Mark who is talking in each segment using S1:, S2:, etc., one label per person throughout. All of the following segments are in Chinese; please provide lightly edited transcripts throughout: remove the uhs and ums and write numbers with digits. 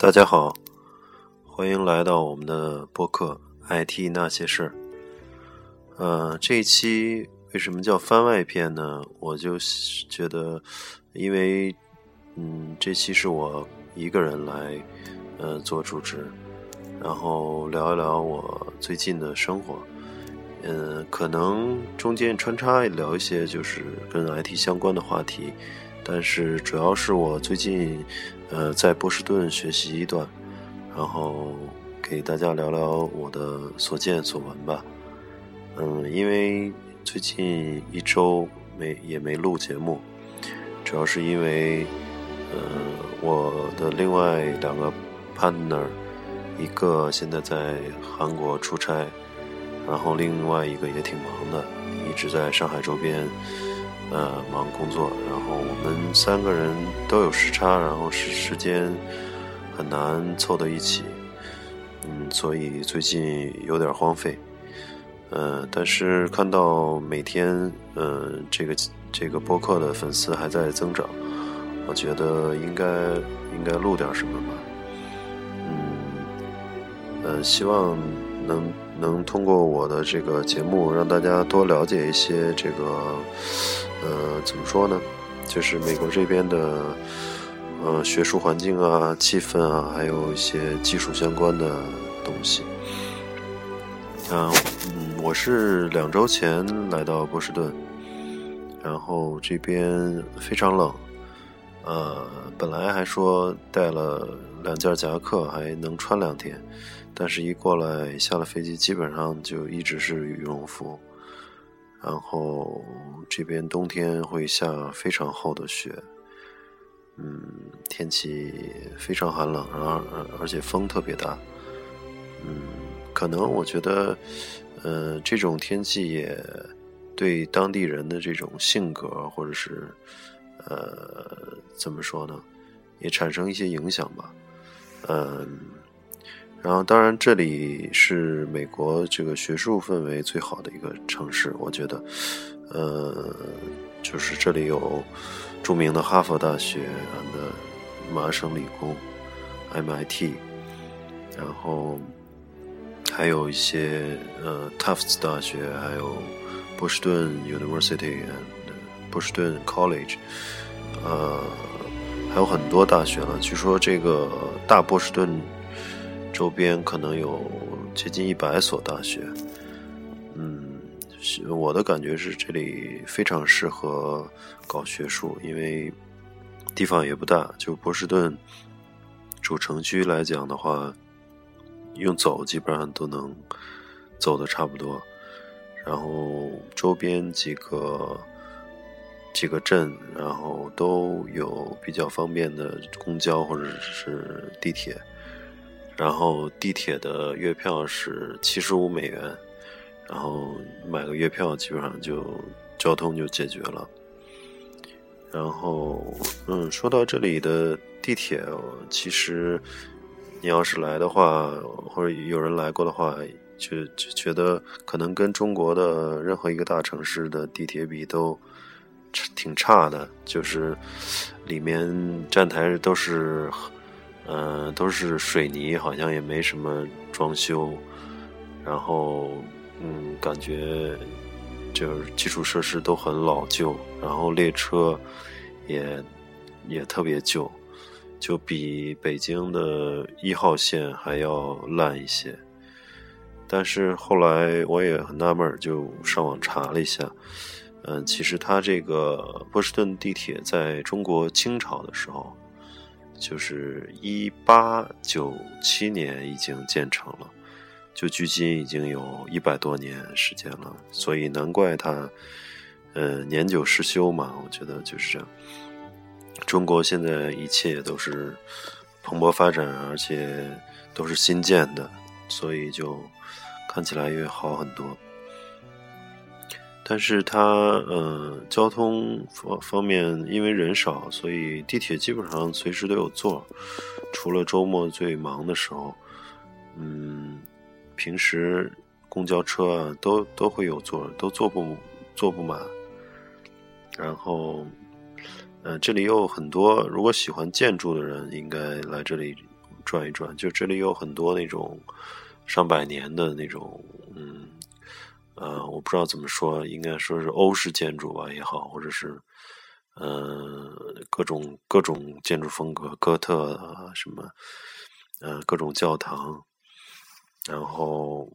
S1: 大家好，欢迎来到我们的播客 IT 那些事儿。这一期为什么叫番外篇呢？我就觉得，因为这期是我一个人来做主持，然后聊一聊我最近的生活。可能中间穿插聊一些就是跟 IT 相关的话题，但是主要是我最近在波士顿学习一段，然后给大家聊聊我的所见所闻吧。因为最近一周也没录节目，主要是因为我的另外两个 partner， 一个现在在韩国出差，然后另外一个也挺忙的，一直在上海周边忙工作，然后我们三个人都有时差，然后时间很难凑到一起，所以最近有点荒废。但是看到每天这个播客的粉丝还在增长，我觉得应该录点什么吧。希望能通过我的这个节目让大家多了解一些这个怎么说呢，就是美国这边的学术环境啊、气氛啊，还有一些技术相关的东西。我是2周前来到波士顿，然后这边非常冷，本来还说带了2件夹克还能穿2天，但是一过来下了飞机基本上就一直是羽绒服，然后这边冬天会下非常厚的雪，天气非常寒冷，而且风特别大，可能我觉得这种天气也对当地人的这种性格或者是怎么说呢，也产生一些影响吧。然后当然这里是美国这个学术氛围最好的一个城市，我觉得就是这里有著名的哈佛大学的麻省理工 MIT， 然后还有一些Tufts 大学，还有波士顿 University and 波士顿 College， 还有很多大学了。据说这个大波士顿周边可能有接近100所大学。我的感觉是这里非常适合搞学术，因为地方也不大，就波士顿主城区来讲的话，用走基本上都能走得差不多，然后周边几个镇，然后都有比较方便的公交或者是地铁，然后地铁的月票是$75，然后买个月票基本上就交通就解决了。然后说到这里的地铁，其实你要是来的话，或者有人来过的话，就觉得可能跟中国的任何一个大城市的地铁比都挺差的，就是里面站台都是水泥，好像也没什么装修，然后感觉就是基础设施都很老旧，然后列车也特别旧，就比北京的1号线还要烂一些。但是后来我也很纳闷，就上网查了一下，其实它这个波士顿地铁在中国清朝的时候，就是1897年已经建成了，就距今已经有100多年时间了，所以难怪它年久失修嘛，我觉得就是这样。中国现在一切都是蓬勃发展，而且都是新建的，所以就看起来越好很多。但是它交通方面因为人少，所以地铁基本上随时都有座，除了周末最忙的时候，平时公交车啊都会有座，都坐不满。然后这里有很多如果喜欢建筑的人应该来这里转一转，就这里有很多那种上百年的那种我不知道怎么说，应该说是欧式建筑吧也好，或者是各种建筑风格，哥特啊什么各种教堂，然后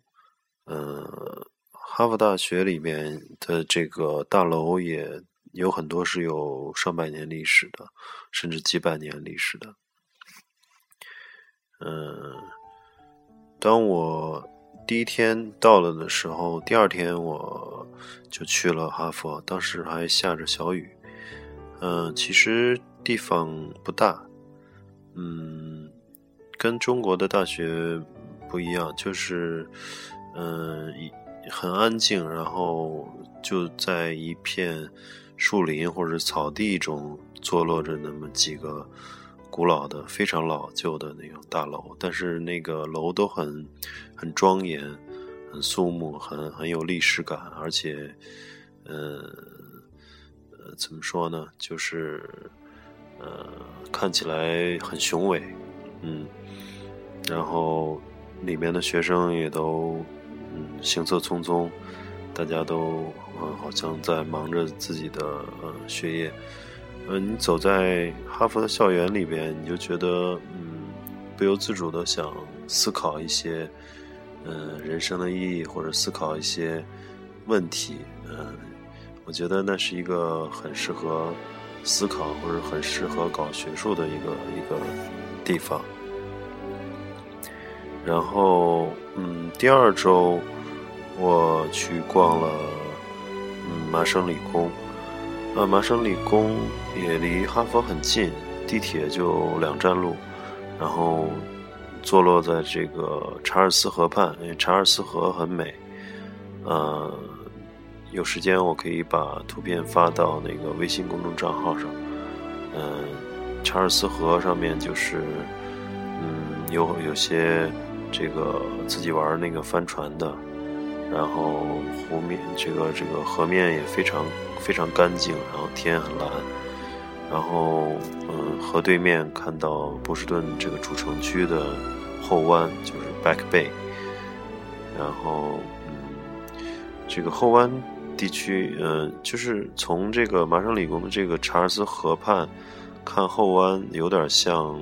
S1: 哈佛大学里面的这个大楼也有很多是有上百年历史的，甚至几百年历史的。当我第一天到了的时候，第二天我就去了哈佛，当时还下着小雨。其实地方不大，跟中国的大学不一样，就是很安静，然后就在一片树林或者草地中坐落着那么几个古老的非常老旧的那种大楼，但是那个楼都很庄严，很肃穆，很有历史感，而且怎么说呢，就是看起来很雄伟，然后里面的学生也都行色匆匆，大家都好像在忙着自己的学业。你走在哈佛的校园里边，你就觉得不由自主的想思考一些人生的意义，或者思考一些问题。我觉得那是一个很适合思考或者很适合搞学术的一个地方。然后第二周我去逛了麻省理工。麻省理工也离哈佛很近，地铁就2站路，然后坐落在这个查尔斯河畔，因为查尔斯河很美。有时间我可以把图片发到那个微信公众账号上。查尔斯河上面就是有些这个自己玩那个帆船的，然后湖面这个河面也非常干净，然后天很蓝，然后河对面看到波士顿这个主城区的后湾，就是 Back Bay。 然后这个后湾地区就是从这个麻省理工的这个查尔斯河畔看后湾，有点像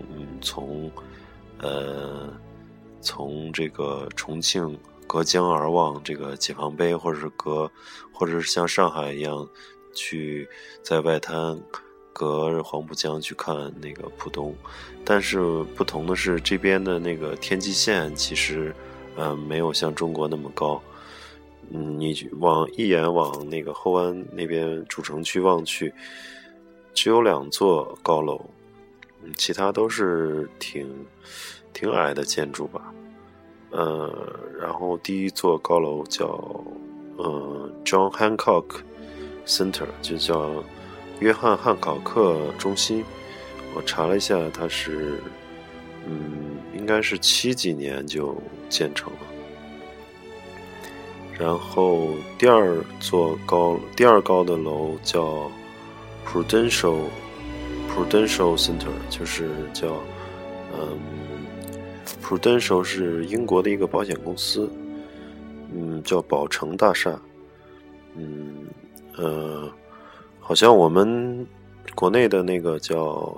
S1: 从这个重庆隔江而望这个解放碑，或者是像上海一样去在外滩隔黄浦江去看那个浦东。但是不同的是，这边的那个天际线其实没有像中国那么高。你一眼往那个后湾那边主城区望去，只有2座高楼，其他都是挺矮的建筑吧。然后第一座高楼叫John Hancock Center， 就叫约翰汉考克中心。我查了一下，它是应该是70几年就建成了。然后第二高的楼叫 Prudential Center， 就是叫Prudential 是英国的一个保险公司，叫保诚大厦。好像我们国内的那个叫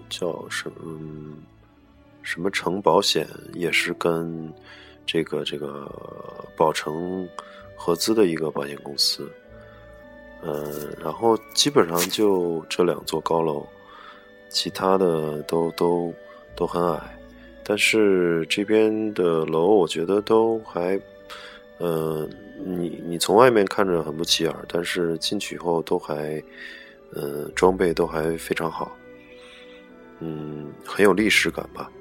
S1: 什么诚保险，也是跟这个保诚合资的一个保险公司。然后基本上就这2座高楼，其他的都很矮。但是这边的楼我觉得都还你从外面看着很不起眼，但是进去以后都还装备都还非常好，很有历史感吧。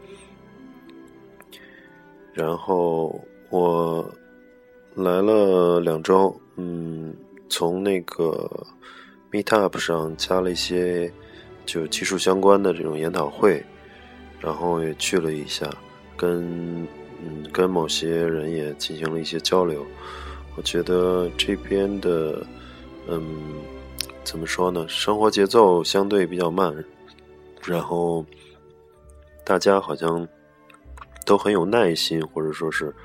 S1: 然后我来了2周，从那个 Meetup 上加了一些就技术相关的这种研讨会，然后也去了一下，跟某些人也进行了一些交流。我觉得这边的怎么说呢，生活节奏相对比较慢，然后大家好像都很有耐心，或者说是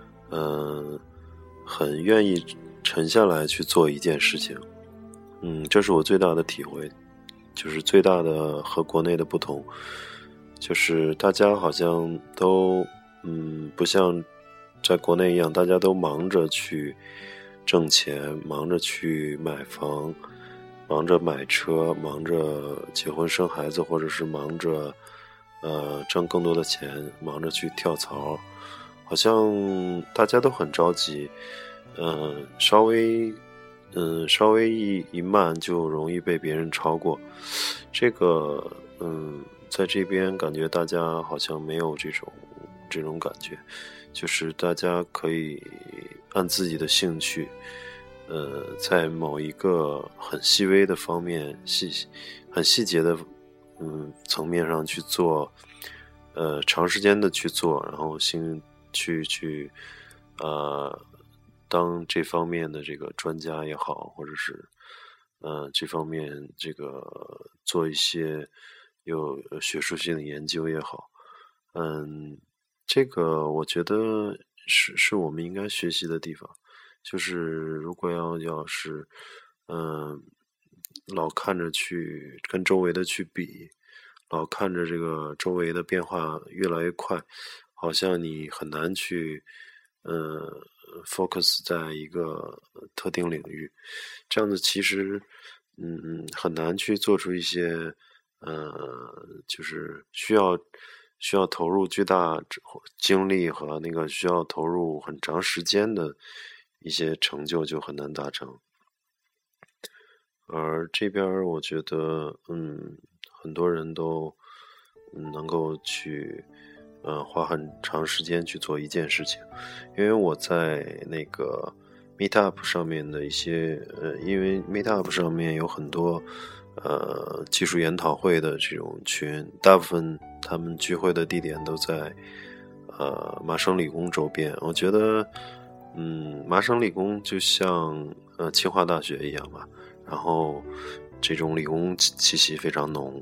S1: 很愿意沉下来去做一件事情。这是我最大的体会，就是最大的和国内的不同，就是大家好像都不像在国内一样，大家都忙着去挣钱，忙着去买房，忙着买车，忙着结婚生孩子，或者是忙着挣更多的钱，忙着去跳槽，好像大家都很着急，稍微一慢就容易被别人超过。这个在这边感觉大家好像没有这种感觉，就是大家可以按自己的兴趣，在某一个很细微的方面，很细节的层面上去做，长时间的去做，然后去当这方面的这个专家也好，或者是这方面这个做一些有学术性的研究也好，这个我觉得是我们应该学习的地方。就是如果要是老看着去跟周围的去比，老看着这个周围的变化越来越快，好像你很难去focus 在一个特定领域，这样子其实很难去做出一些就是需要投入巨大精力和那个需要投入很长时间的一些成就就很难达成。而这边我觉得很多人都能够去花很长时间去做一件事情。因为我在那个 Meetup 上面的一些因为 Meetup 上面有很多技术研讨会的这种群，大部分他们聚会的地点都在麻省理工周边。我觉得麻省理工就像清华大学一样吧，然后这种理工气息非常浓。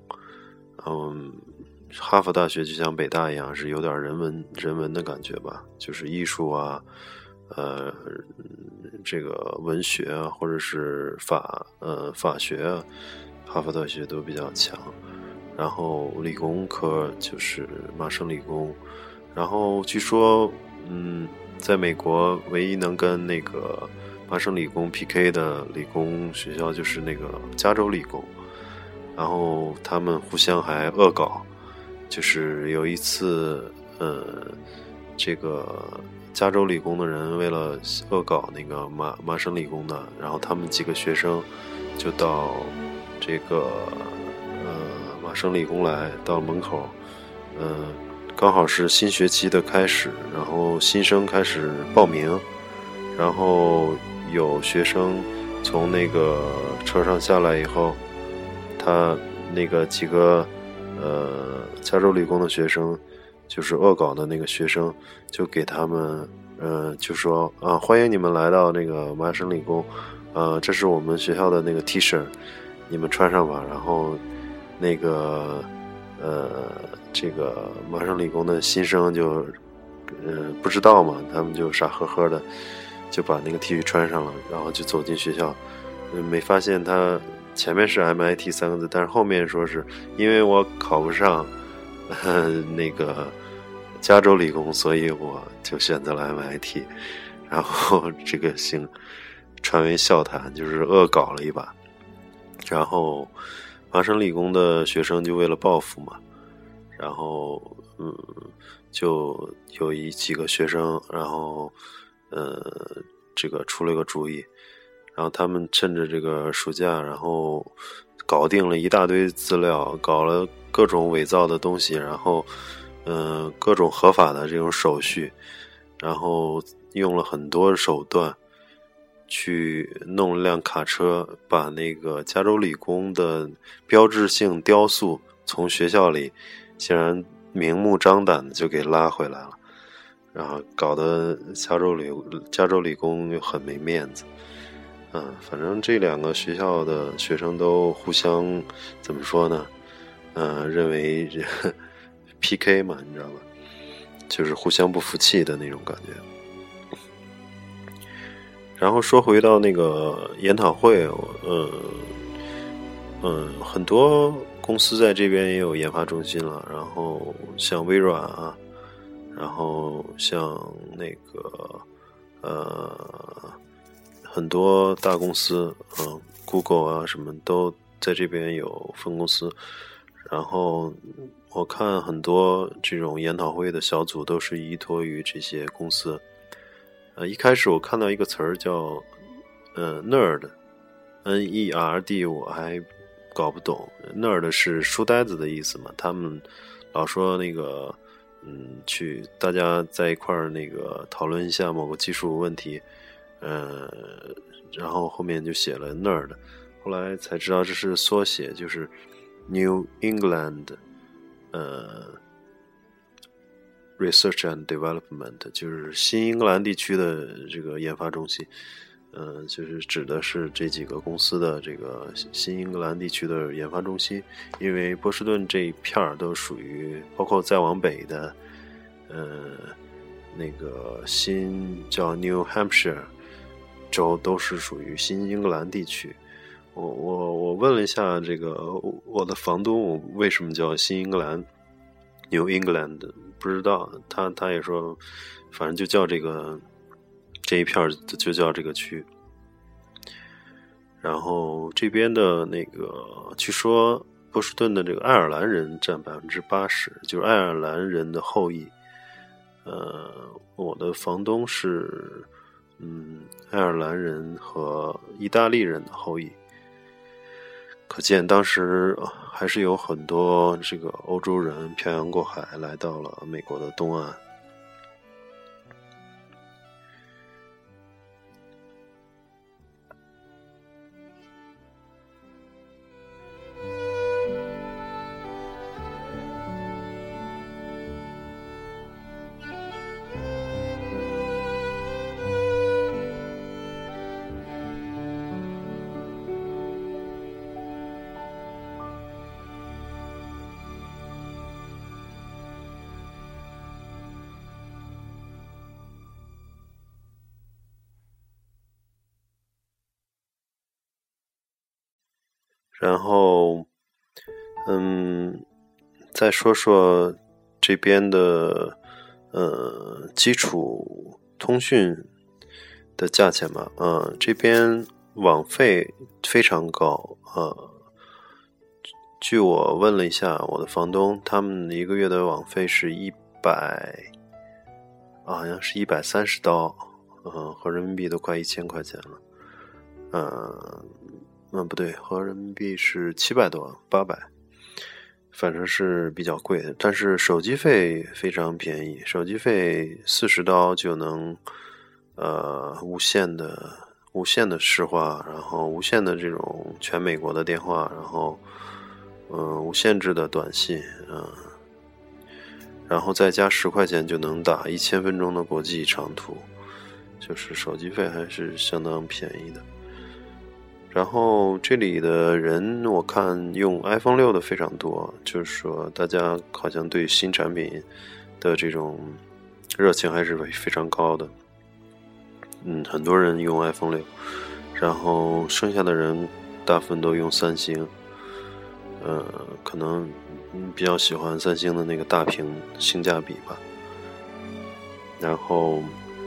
S1: 哈佛大学就像北大一样，是有点人文的感觉吧，就是艺术啊，这个文学啊，或者是法学啊，哈佛大学都比较强。然后理工科就是麻省理工，然后据说在美国唯一能跟那个麻省理工 PK 的理工学校就是那个加州理工，然后他们互相还恶搞，就是有一次这个加州理工的人为了恶搞那个麻省理工的，然后他们几个学生就到这个麻省理工来，到门口刚好是新学期的开始，然后新生开始报名，然后有学生从那个车上下来以后，他那个几个加州理工的学生，就是恶搞的那个学生，就给他们就说欢迎你们来到那个麻省理工，这是我们学校的那个 T 恤，你们穿上吧。然后那个这个麻省理工的新生就不知道嘛，他们就傻呵呵的就把那个 T 恤穿上了，然后就走进学校，没发现他前面是 MIT 3个字，但是后面说是因为我考不上那个加州理工，所以我就选择了 MIT， 然后这个传为笑谈，就是恶搞了一把。然后麻省理工的学生就为了报复嘛，然后就有几个学生，然后这个出了个主意，然后他们趁着这个暑假，然后搞定了一大堆资料，搞了各种伪造的东西，然后各种合法的这种手续，然后用了很多手段去弄了辆卡车，把那个加州理工的标志性雕塑从学校里竟然明目张胆的就给拉回来了，然后搞得加州理工又很没面子。反正这两个学校的学生都互相怎么说呢？认为PK 嘛，你知道吧？ 就是互相不服气的那种感觉。然后说回到那个研讨会，很多公司在这边也有研发中心了，然后像微软啊，然后像那个很多大公司Google 啊什么都在这边有分公司。然后我看很多这种研讨会的小组都是依托于这些公司。一开始我看到一个词儿叫nerd N-E-R-D， 我还搞不懂。nerd 是书呆子的意思嘛，他们老说那个去大家在一块儿那个讨论一下某个技术问题，然后后面就写了 nerd， 后来才知道这是缩写，就是 New England Research and Development， 就是新英格兰地区的这个研发中心。就是指的是这几个公司的这个新英格兰地区的研发中心，因为波士顿这一片儿都属于，包括再往北的那个新叫 New Hampshire 州都是属于新英格兰地区。我问了一下这个我的房东，我为什么叫新英格兰 New England， 不知道，他也说反正就叫这一片就叫这个区。然后这边的那个据说波士顿的这个爱尔兰人占 80%， 就是爱尔兰人的后裔。我的房东是爱尔兰人和意大利人的后裔，可见当时还是有很多这个欧洲人漂洋过海来到了美国的东岸。然后再说说这边的基础通讯的价钱吧。这边网费非常高。据我问了一下我的房东，他们一个月的网费是好像是130刀，合人民币都快1000块钱了。不对，合人民币是700多800，反正是比较贵的。但是手机费非常便宜，手机费40刀就能无限的市话，然后无限的这种全美国的电话，然后无限制的短信，然后再加10块钱就能打1000分钟的国际长途，就是手机费还是相当便宜的。然后这里的人我看用 iPhone 6的非常多，就是说大家好像对新产品的这种热情还是非常高的。很多人用 iPhone 6，然后剩下的人大部分都用三星。可能比较喜欢三星的那个大屏性价比吧。然后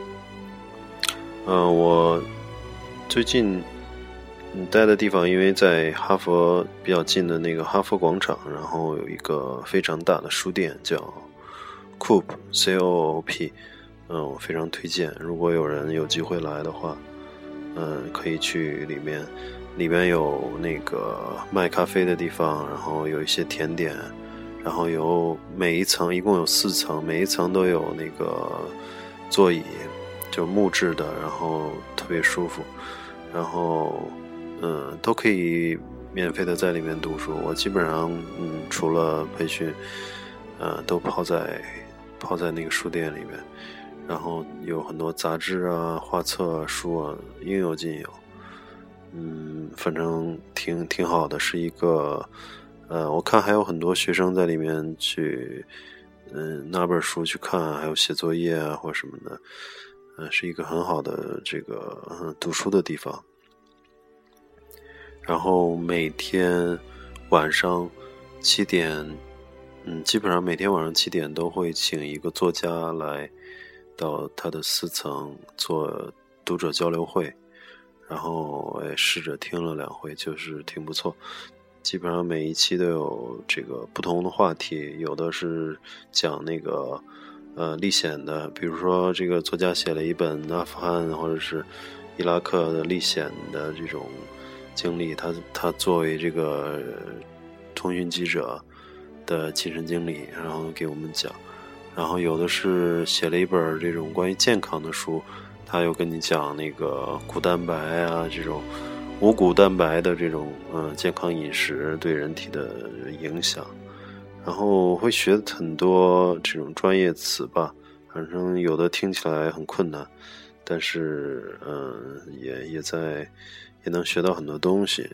S1: 我最近待的地方因为在哈佛比较近的那个哈佛广场，然后有一个非常大的书店叫 Coop C-O-O-P， 我非常推荐，如果有人有机会来的话，可以去里面有那个卖咖啡的地方，然后有一些甜点，然后有每一层一共有4层，每一层都有那个座椅，就木质的，然后特别舒服，然后都可以免费的在里面读书。我基本上除了培训都泡在那个书店里面，然后有很多杂志啊、画册啊、书啊，应有尽有。反正挺好的，是一个我看还有很多学生在里面去拿本书去看，还有写作业啊或什么的，是一个很好的这个读书的地方。然后每天晚上7点，基本上每天晚上7点都会请一个作家来到他的4层做读者交流会，然后我也试着听了2回，就是挺不错。基本上每一期都有这个不同的话题，有的是讲那个历险的，比如说这个作家写了一本阿富汗或者是伊拉克的历险的这种经历，他作为这个通讯记者的亲身经历，然后给我们讲。然后有的是写了一本这种关于健康的书，他又跟你讲那个谷蛋白啊，这种五谷蛋白的这种健康饮食对人体的影响。然后会学很多这种专业词吧，反正有的听起来很困难，但是也能学到很多东西。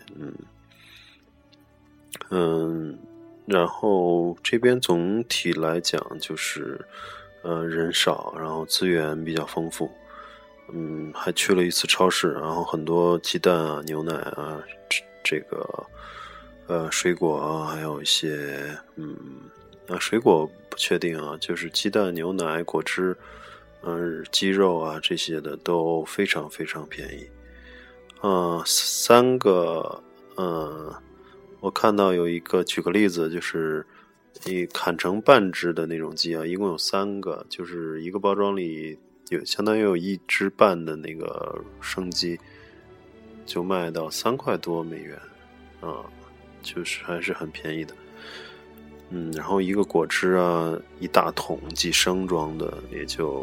S1: 然后这边总体来讲就是人少，然后资源比较丰富。还去了一次超市，然后很多鸡蛋啊、牛奶啊，这个水果啊，还有一些水果不确定啊，就是鸡蛋、牛奶、果汁，鸡肉啊这些的都非常非常便宜。3个我看到有一个，举个例子，就是你砍成半只的那种鸡啊，一共有3个，就是一个包装里相当于有1只半的那个生鸡，就卖到3块多美元就是还是很便宜的。然后一个果汁啊，一大桶几升装的也就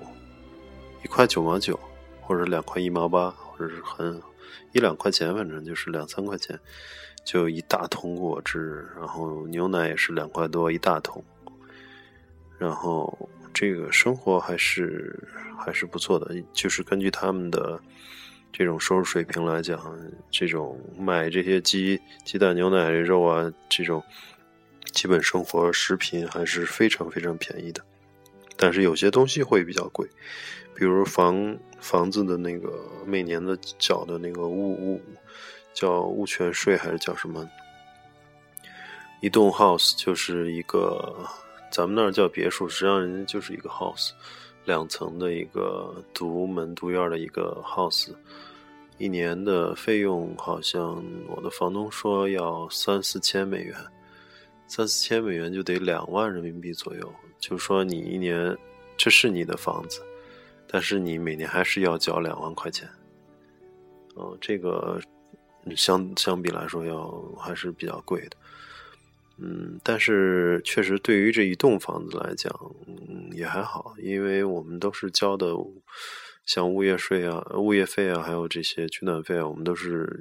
S1: 1块9毛9，或者2块1毛8，或者是1-2块钱，反正就是2-3块钱就一大桶果汁。然后牛奶也是2块多一大桶，然后这个生活还是不错的，就是根据他们的这种收入水平来讲，这种买这些鸡蛋、牛奶、肉啊，这种基本生活食品还是非常非常便宜的。但是有些东西会比较贵，比如房子的那个每年的缴的那个叫物权税还是叫什么？一栋 house 就是一个，咱们那儿叫别墅，实际上人家就是一个 house，2层的一个独门独院的一个 house， 一年的费用好像我的房东说要3-4千美元，3-4千美元就得2万人民币左右。就说你一年，这是你的房子，但是你每年还是要交2万块钱。这个相比来说还是比较贵的。但是确实对于这一栋房子来讲，也还好，因为我们都是交的像物业税啊、物业费啊，还有这些取暖费啊，我们都是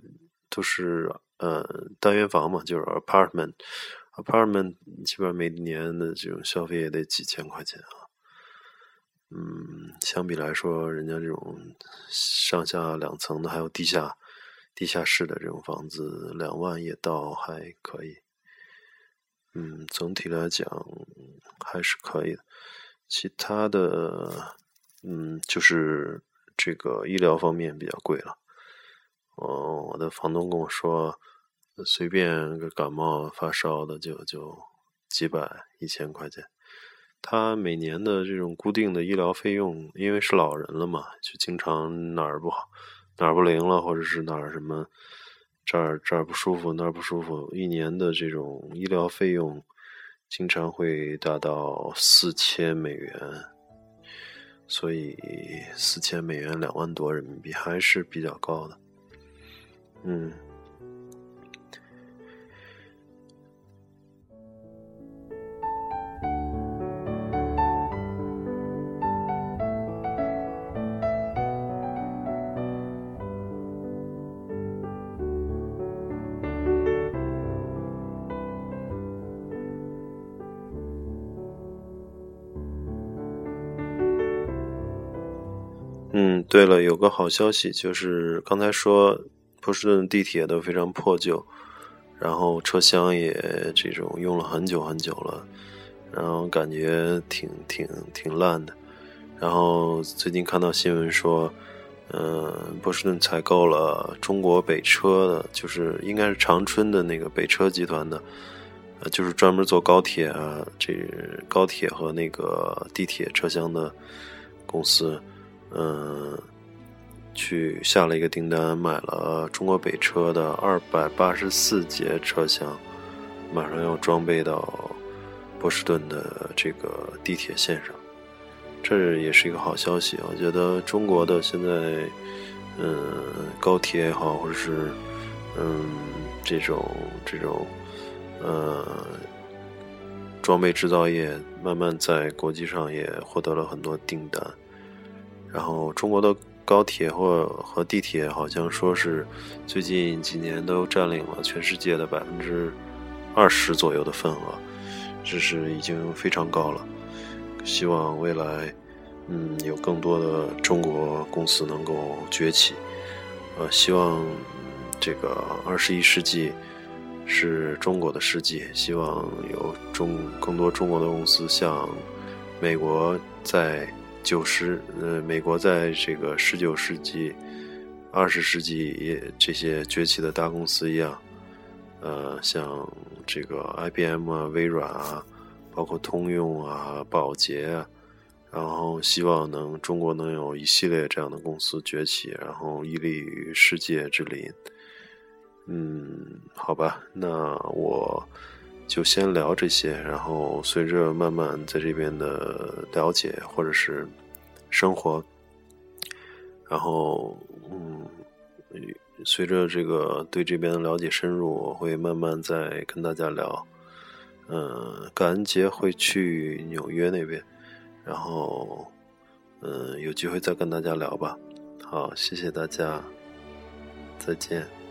S1: 单元房嘛，就是 apartment 基本上每年的这种消费也得几千块钱啊。相比来说，人家这种上下2层的，还有地下室的这种房子，2万也倒还可以。总体来讲还是可以的。其他的就是这个医疗方面比较贵了。我的房东跟我说，随便个感冒发烧的就几百1000块钱。他每年的这种固定的医疗费用，因为是老人了嘛，就经常哪儿不好哪儿不灵了，或者是哪儿什么这儿不舒服那儿不舒服，一年的这种医疗费用经常会达到4000美元，所以4000美元2万多人民币还是比较高的。对了，有个好消息，就是刚才说波士顿地铁都非常破旧，然后车厢也这种用了很久很久了， 然后感觉挺烂的。然后最近看到新闻说，波士顿采购了中国北车的，就是应该是长春的那个北车集团的，就是专门做高铁啊，这高铁和那个地铁车厢的公司，去下了一个订单，买了中国北车的284节车厢，马上要装备到波士顿的这个地铁线上。这也是一个好消息。我觉得中国的现在高铁也好，或者是这种装备制造业慢慢在国际上也获得了很多订单。然后中国的高铁和地铁好像说是最近几年都占领了全世界的20%左右的份额，这是已经非常高了。希望未来有更多的中国公司能够崛起，希望这个21世纪是中国的世纪，希望有更多中国的公司像美国在美国在这个19世纪、20世纪也这些崛起的大公司一样，像这个 IBM 啊、微软啊，包括通用啊、宝洁啊，然后希望中国能有一系列这样的公司崛起，然后屹立于世界之林。好吧，那我就先聊这些，然后随着慢慢在这边的了解或者是生活，然后随着这个对这边的了解深入，我会慢慢再跟大家聊。感恩节会去纽约那边，然后有机会再跟大家聊吧。好，谢谢大家，再见。